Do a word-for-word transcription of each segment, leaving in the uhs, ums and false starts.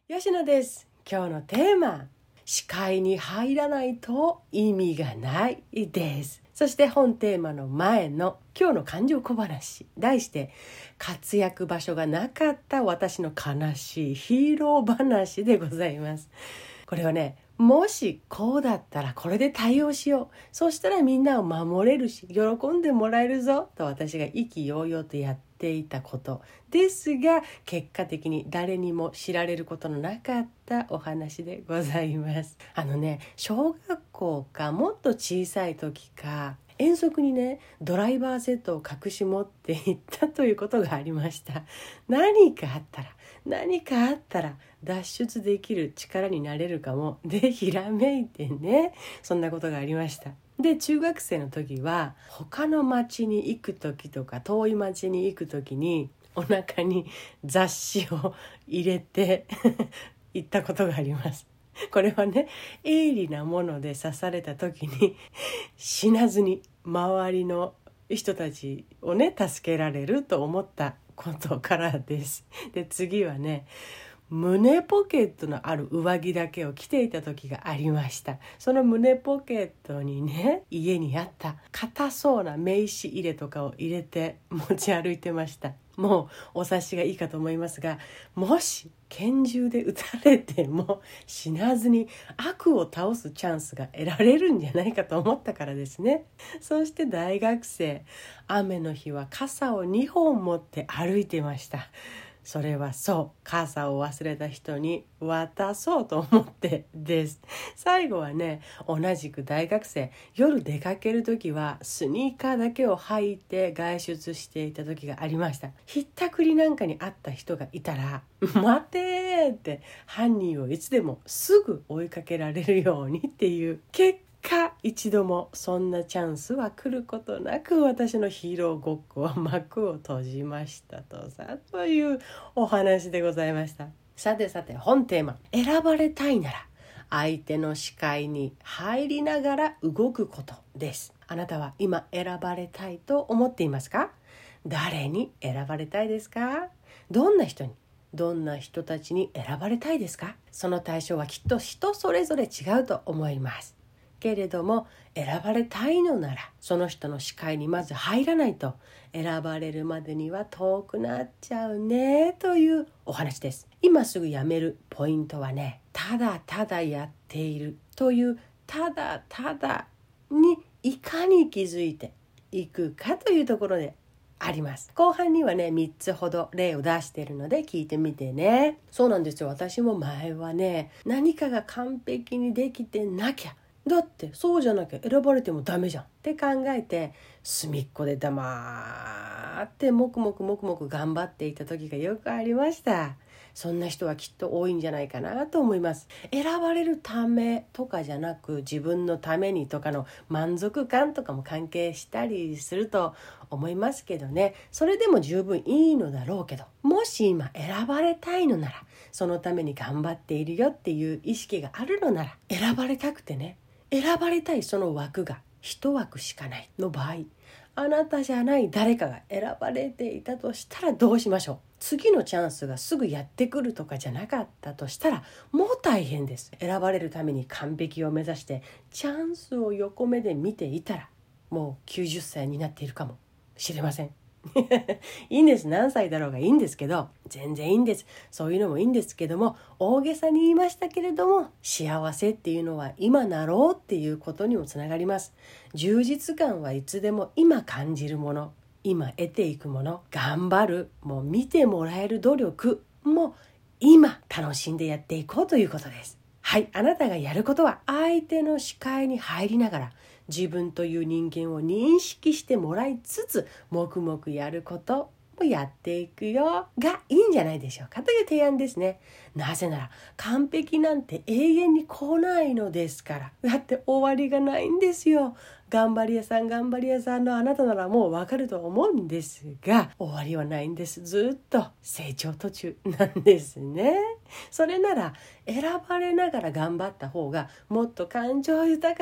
吉野です。今日のテーマ、視界に入らないと意味がないです。そして本テーマの前の今日の感情小話、題して活躍場所がなかった私の悲しいヒーロー話でございます。これはね、もしこうだったらこれで対応しよう、そしたらみんなを守れるし喜んでもらえるぞと私が意気揚々とやっていたことですが、結果的に誰にも知られることのなかったお話でございます。あのね、小学校かもっと小さい時か、遠足にねドライバーセットを隠し持っていったということがありました。何かあったら何かあったら脱出できる力になれるかもでひらめいてね、そんなことがありました。で、中学生の時は他の町に行く時とか遠い町に行く時にお腹に雑誌を入れて行ったことがあります。これはね、鋭利なもので刺された時に死なずに周りの人たちをね助けられると思ったことからです。で、次はね、胸ポケットのある上着だけを着ていた時がありました。その胸ポケットにね、家にあった硬そうな名刺入れとかを入れて持ち歩いてました。もうお察しがいいかと思いますが、もし拳銃で撃たれても死なずに悪を倒すチャンスが得られるんじゃないかと思ったからですね。そして大学生、雨の日は傘をにほん持って歩いてました。それはそう、傘を忘れた人に渡そうと思ってです。最後はね、同じく大学生、夜出かけるときはスニーカーだけを履いて外出していた時がありました。ひったくりなんかにあった人がいたら、待てーって犯人をいつでもすぐ追いかけられるようにっていう結果、一度もそんなチャンスは来ることなく私のヒーローごっこは幕を閉じましたとさというお話でございました。さてさて、本テーマ、選ばれたいなら相手の視界に入りながら動くことです。あなたは今選ばれたいと思っていますか？誰に選ばれたいですか？どんな人に、どんな人たちに選ばれたいですか？その対象はきっと人それぞれ違うと思いますけれども、選ばれたいのならその人の視界にまず入らないと選ばれるまでには遠くなっちゃうねというお話です。今すぐやめるポイントはね、ただただやっているというただただにいかに気づいていくかというところであります。後半にはねみっつほど例を出しているので聞いてみてね。そうなんですよ。私も前はね、何かが完璧にできてなきゃ、だってそうじゃなきゃ選ばれてもダメじゃんって考えて、隅っこで黙ってもくもくもくもく頑張っていた時がよくありました。そんな人はきっと多いんじゃないかなと思います。選ばれるためとかじゃなく、自分のためにとかの満足感とかも関係したりすると思いますけどね。それでも十分いいのだろうけど、もし今選ばれたいのなら、そのために頑張っているよっていう意識があるのなら、選ばれたくてね、選ばれたいその枠が一枠しかないの場合、あなたじゃない誰かが選ばれていたとしたらどうしましょう？次のチャンスがすぐやってくるとかじゃなかったとしたらもう大変です。選ばれるために完璧を目指してチャンスを横目で見ていたら、もうきゅうじゅっさいになっているかもしれません。いいんです。何歳だろうがいいんですけど、全然いいんです。そういうのもいいんですけども、大げさに言いましたけれども、幸せっていうのは今なろうっていうことにもつながります。充実感はいつでも今感じるもの、今得ていくもの、頑張る、もう見てもらえる努力も今楽しんでやっていこうということです。はい、あなたがやることは相手の視界に入りながら自分という人間を認識してもらいつつ、黙々やることをやっていくよがいいんじゃないでしょうかという提案ですね。なぜなら完璧なんて永遠に来ないのですから。だって終わりがないんですよ。頑張り屋さん頑張り屋さんのあなたならもうわかると思うんですが、終わりはないんです。ずっと成長途中なんですね。それなら選ばれながら頑張った方がもっと感情豊かに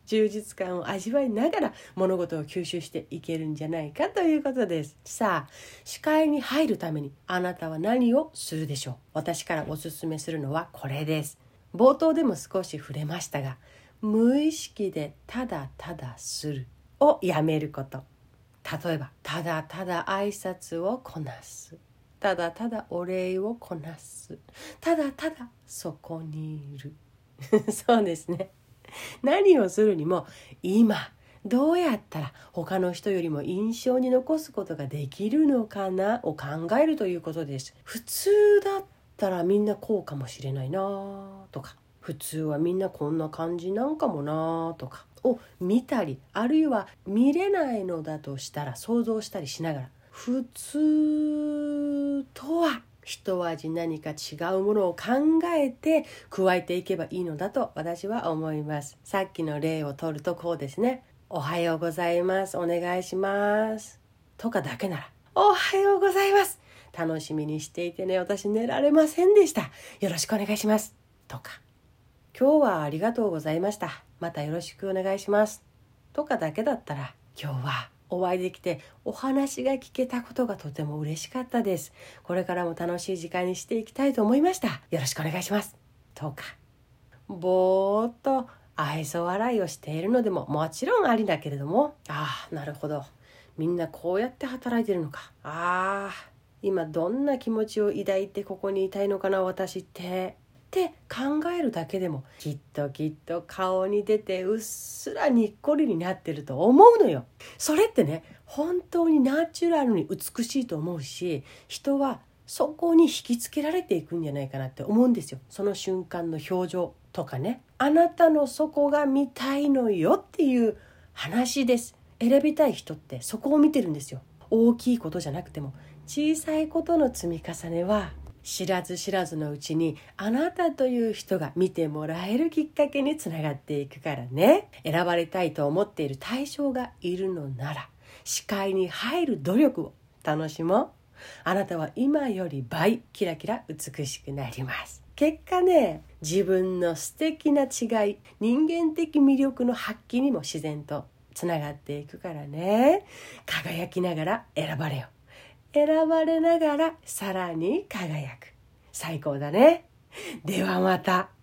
充実感を味わいながら物事を吸収していけるんじゃないかということです。さあ、視界に入るためにあなたは何をするでしょう。私からおすすめするのはこれです。冒頭でも少し触れましたが、無意識でただただするをやめること。例えば、ただただ挨拶をこなす、ただただお礼をこなす、ただただそこにいるそうですね。何をするにも今どうやったら他の人よりも印象に残すことができるのかなを考えるということです。普通だったらみんなこうかもしれないなとか、普通はみんなこんな感じなんかもなとかを見たり、あるいは見れないのだとしたら想像したりしながら、普通とは一味何か違うものを考えて加えていけばいいのだと私は思います。さっきの例を取るとこうですね。おはようございます、お願いしますとかだけなら、おはようございます、楽しみにしていてね、私寝られませんでした、よろしくお願いしますとか、今日はありがとうございました、またよろしくお願いしますとかだけだったら、今日はお会いできてお話が聞けたことがとても嬉しかったです。これからも楽しい時間にしていきたいと思いました。よろしくお願いしますとか、ぼーっと愛想笑いをしているのでももちろんありだけれども、ああなるほど、みんなこうやって働いてるのか、ああ今どんな気持ちを抱いてここにいたいのかな私ってって考えるだけでも、きっときっと顔に出てうっすらにっこりになってると思うのよ。それってね、本当にナチュラルに美しいと思うし、人はそこに引きつけられていくんじゃないかなって思うんですよ。その瞬間の表情とかね、あなたのそこが見たいのよっていう話です。選びたい人ってそこを見てるんですよ。大きいことじゃなくても小さいことの積み重ねは、知らず知らずのうちにあなたという人が見てもらえるきっかけにつながっていくからね。選ばれたいと思っている対象がいるのなら、視界に入る努力を楽しもう。あなたは今より倍キラキラ美しくなります。結果ね、自分の素敵な違い、人間的魅力の発揮にも自然とつながっていくからね。輝きながら選ばれよ。選ばれながらさらに輝く。最高だね。ではまた。